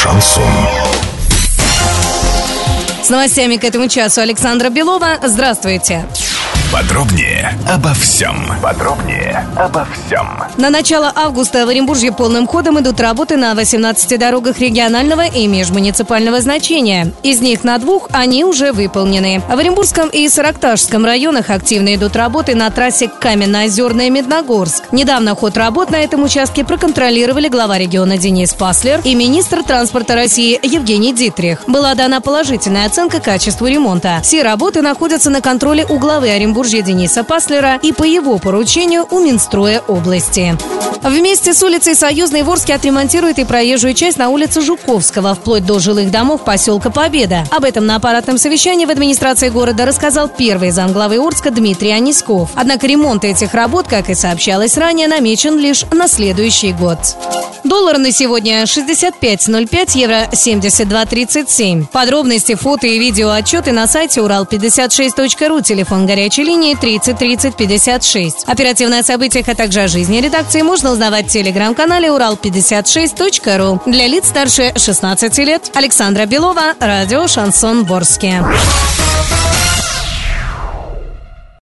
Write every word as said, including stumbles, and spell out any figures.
Шансон. С новостями к этому часу Александра Белова. Здравствуйте. Подробнее обо всем. Подробнее обо всем. На начало августа в Оренбурге полным ходом идут работы на восемнадцати дорогах регионального и межмуниципального значения. Из них на двух они уже выполнены. В Оренбургском и Сарыкташском районах активно идут работы на трассе Каменноозерное-Медногорск. Недавно ход работ на этом участке проконтролировали глава региона Денис Паслер и министр транспорта России Евгений Дитрих. Была дана положительная оценка качеству ремонта. Все работы находятся на контроле у главы Оренбурга Дениса Паслера и по его поручению у Минстроя области. Вместе с улицей Союзной в Орске отремонтируют и проезжую часть на улице Жуковского, вплоть до жилых домов поселка Победа. Об этом на аппаратном совещании в администрации города рассказал первый замглавы Орска Дмитрий Аниськов. Однако ремонт этих работ, как и сообщалось ранее, намечен лишь на следующий год. Доллар на сегодня шестьдесят пять ноль пять, евро семьдесят два тридцать семь. Подробности, фото и видео отчеты на сайте урал пятьдесят шесть точка ру, телефон горячей линии тридцать тридцать пятьдесят шесть. Оперативно о событиях, а также о жизни редакции можно узнавать в телеграм-канале урал пятьдесят шесть точка ру. Для лиц старше шестнадцати лет. Александра Белова, радио «Шансон» в Орске.